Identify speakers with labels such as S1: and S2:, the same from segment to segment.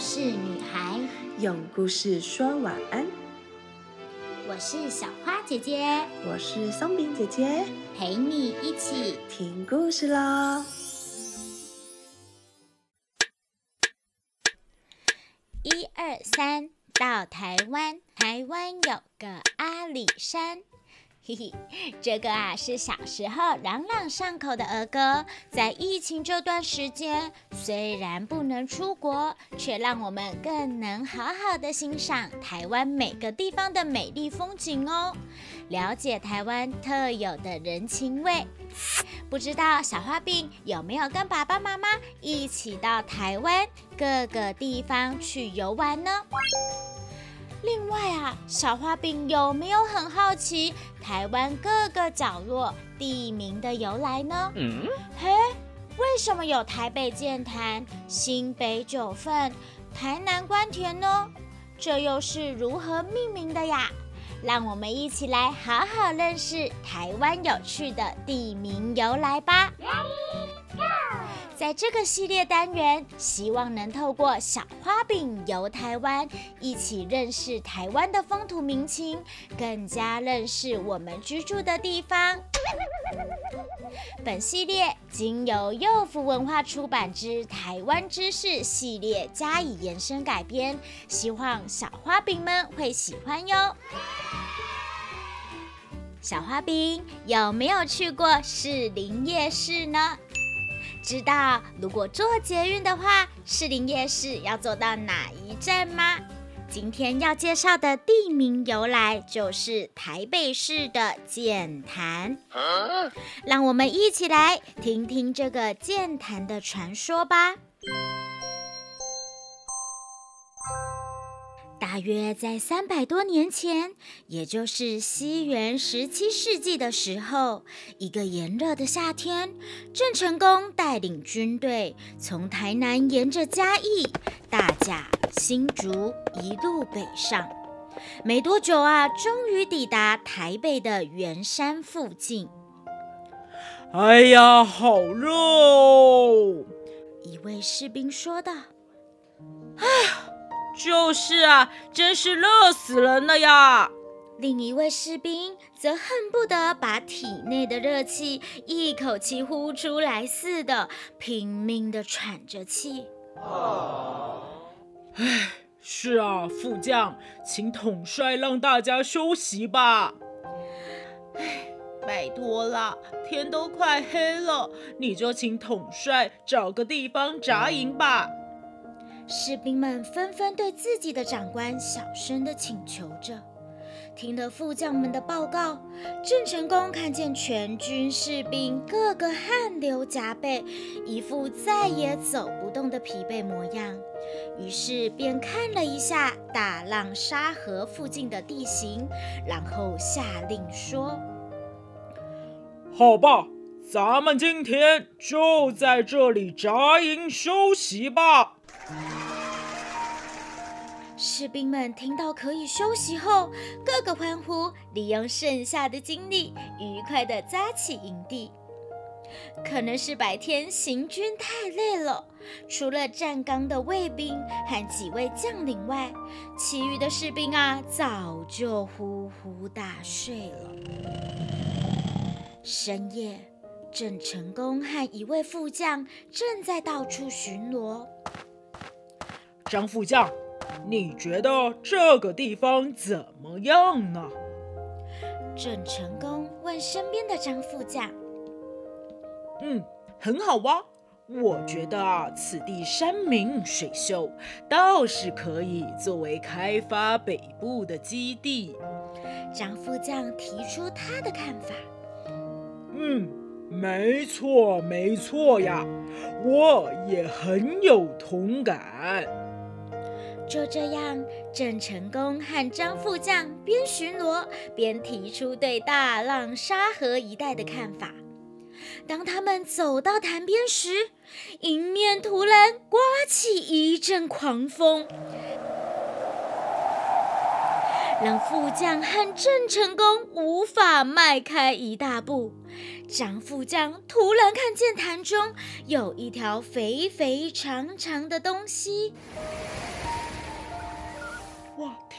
S1: 事女孩，
S2: 用故事说晚安。
S1: 我是小花姐姐，
S2: 我是松饼姐姐，
S1: 陪你一起
S2: 听故事咯。
S1: 1、2、3，到台湾，台湾有个阿里山。嘿嘿，这个是小时候朗朗上口的儿歌。在疫情这段时间，虽然不能出国，却让我们更能好好的欣赏台湾每个地方的美丽风景哦，了解台湾特有的人情味。不知道小花饼有没有跟爸爸妈妈一起到台湾各个地方去游玩呢？另外小花饼有没有很好奇台湾各个角落地名的由来呢？为什么有台北剑潭、新北九份、台南关田呢？这又是如何命名的呀？让我们一起来好好认识台湾有趣的地名由来吧。在这个系列单元，希望能透过小花饼游台湾，一起认识台湾的风土民情，更加认识我们居住的地方。本系列经由幼福文化出版之《台湾知识》系列加以延伸改编，希望小花饼们会喜欢哟。小花饼有没有去过士林夜市呢？知道如果坐捷运的话，士林夜市要坐到哪一站吗？今天要介绍的地名由来就是台北市的剑潭。让我们一起来听听这个剑潭的传说吧。大约在300多年前，也就是西元17世纪的时候，一个炎热的夏天，郑成功带领军队从台南沿着嘉义、大甲、新竹一路北上。没多久终于抵达台北的圆山附近。
S3: 哎呀，好热哦！
S1: 一位士兵说道。
S3: 就是真是热死人了呀！
S1: 另一位士兵则恨不得把体内的热气一口气呼出来似的，拼命地喘着气。
S3: 是副将，请统帅让大家休息吧。拜托啦，天都快黑了，你就请统帅找个地方扎营吧。
S1: 士兵们纷纷对自己的长官小声地请求着。听了副将们的报告，郑成功看见全军士兵个个汗流浃背，一副再也走不动的疲惫模样，于是便看了一下大浪沙河附近的地形，然后下令说：
S3: 好吧，咱们今天就在这里扎营休息吧。
S1: 士兵们听到可以休息后，个个欢呼，利用剩下的精力，愉快地扎起营地。可能是白天行军太累了，除了站岗的卫兵和几位将领外，其余的士兵早就呼呼大睡了。深夜，郑成功和一位副将正在到处巡逻。
S3: 张副将，你觉得这个地方怎么样呢？
S1: 郑成功问身边的张副将。
S3: 很好我觉得此地山明水秀，倒是可以作为开发北部的基地。
S1: 张副将提出他的看法。
S3: 没错呀，我也很有同感。
S1: 就这样，郑成功和张副将边巡逻边提出对大浪沙河一带的看法。当他们走到潭边时，迎面突然刮起一阵狂风，让副将和郑成功无法迈开一大步。张副将突然看见潭中有一条肥肥长长的东西。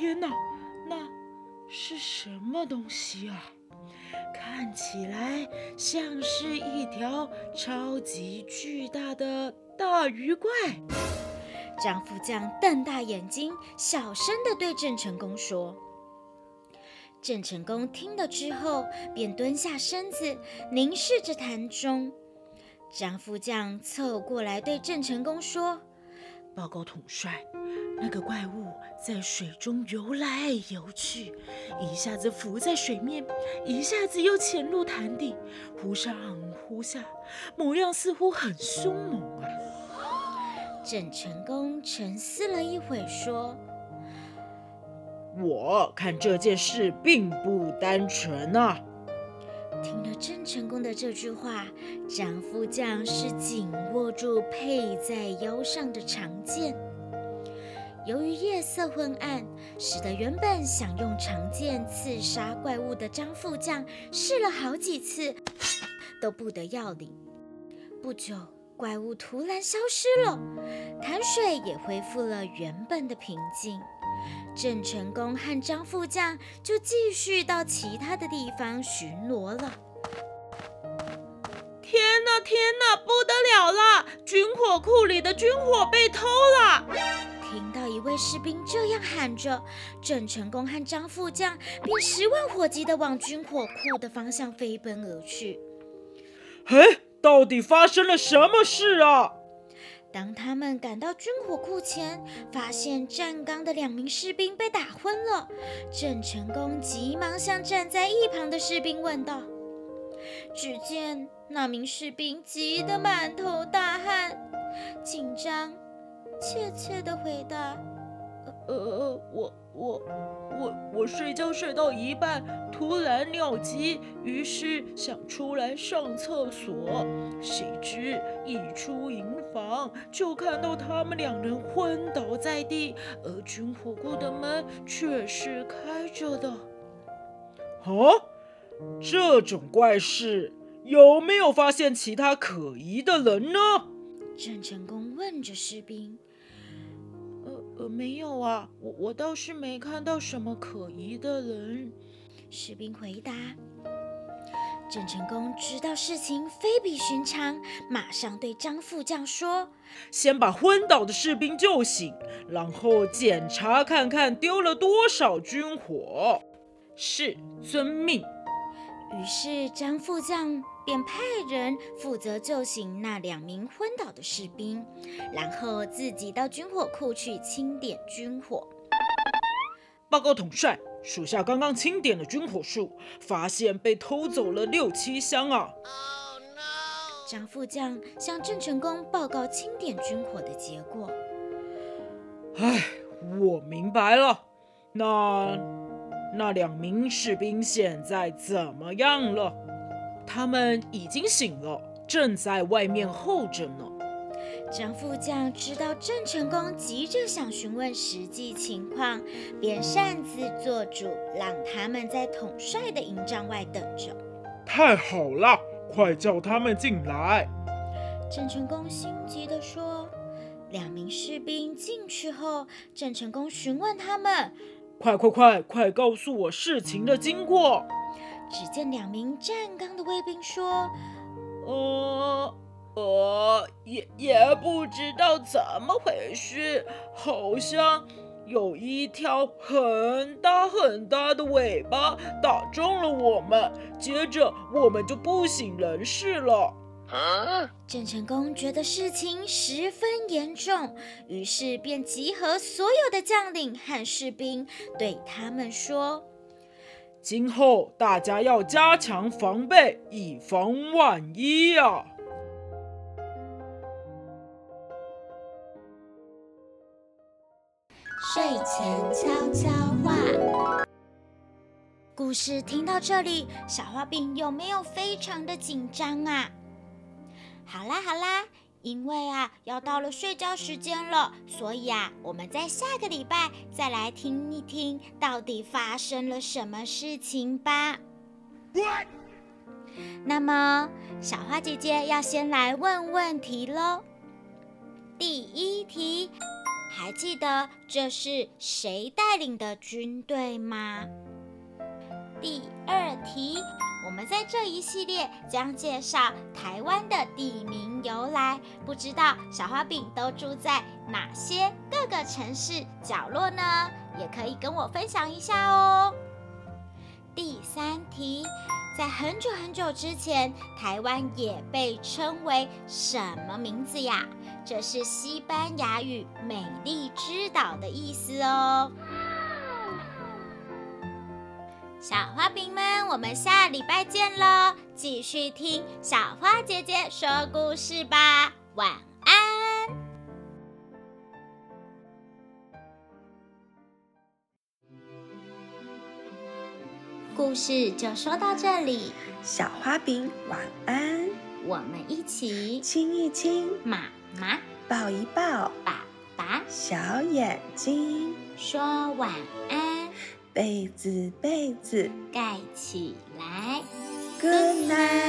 S3: 天哪，那是什么东西啊？看起来像是一条超级巨大的大鱼怪。
S1: 张副将瞪大眼睛，小声地对郑成功说。郑成功听了之后，便蹲下身子，凝视着潭中。张副将凑过来对郑成功说：“
S3: 报告统帅，那个怪物在水中游来游去，一下子浮在水面，一下子又潜入潭底，忽上忽下，模样似乎很凶猛啊。”
S1: 郑成功沉思了一会，说：“
S3: 我看这件事并不单纯啊。”
S1: 听了郑成功的这句话，张副将是紧握住佩在腰上的长剑。由于夜色昏暗，使得原本想用长剑刺杀怪物的张副将试了好几次，都不得要领。不久，怪物突然消失了，潭水也恢复了原本的平静。郑成功和张副将就继续到其他的地方巡逻了。
S3: 天哪，天哪，不得了了！军火库里的军火被偷了！
S1: 听到一位士兵这样喊着，郑成功和张副将便10万火急地往军火库的方向飞奔而去。
S3: 嘿，到底发生了什么事啊？
S1: 当他们赶到军火库前，发现站岗的2名士兵被打昏了。郑成功急忙向站在一旁的士兵问道。只见那名士兵急得满头大汗，紧张怯怯地回答：“
S3: 我睡觉睡到一半，突然尿急，于是想出来上厕所，谁知一出营房就看到他们2人昏倒在地，而军火库的门却是开着的。啊，这种怪事有没有发现其他可疑的人呢？”
S1: 郑成功问着士兵。
S3: 没有啊，我倒是没看到什么可疑的人。
S1: 士兵回答。郑成功知道事情非比寻常，马上对张副将说：“
S3: 先把昏倒的士兵救醒，然后检查看看丢了多少军火。”是，遵命。
S1: 于是张副将便派人负责救醒那2名昏倒的士兵，然后自己到军火库去清点军火。
S3: 报告统帅，属下刚刚清点了军火数，发现被偷走了6、7箱啊！
S1: 张副将向郑成功报告清点军火的结果。
S3: 我明白了，那2名士兵现在怎么样了？他们已经醒了，正在外面候着呢。
S1: 张副将知道郑成功急着想询问实际情况，便擅自做主，让他们在统帅的营帐外等着。
S4: 太好了，快叫他们进来！
S1: 郑成功心急地说。2名士兵进去后，郑成功询问他们：“
S3: 快告诉我事情的经过！”
S1: 只见2名站岗的卫兵说：“
S3: 也不知道怎么回事，好像有一条很大很大的尾巴打中了我们，接着我们就不省人事了。”
S1: 郑成功觉得事情十分严重，于是便集合所有的将领和士兵，对他们说：“
S3: 今后大家要加强防备，以防万一啊！”
S1: 睡前悄悄话。故事听到这里，小花饼有没有非常的紧张啊？好啦，因为要到了睡觉时间了，所以我们在下个礼拜再来听一听到底发生了什么事情吧。那么，小花姐姐要先来问问题咯。第1题， 还记得这是谁带领的军队吗？第二题，我们在这一系列将介绍台湾的地名由来，不知道小花饼都住在哪些各个城市角落呢？也可以跟我分享一下哦。第三题，在很久很久之前，台湾也被称为什么名字呀？这是西班牙语“美丽之岛”的意思哦。小花饼们，我们下礼拜见喽！继续听小花姐姐说故事吧，晚安。故事就说到这里，
S2: 小花饼晚安，
S1: 我们一起
S2: 亲一亲，
S1: 妈妈
S2: 抱一抱，
S1: 爸爸
S2: 小眼睛，
S1: 说晚安，
S2: 被子被子
S1: 盖起来。
S2: ，Good night。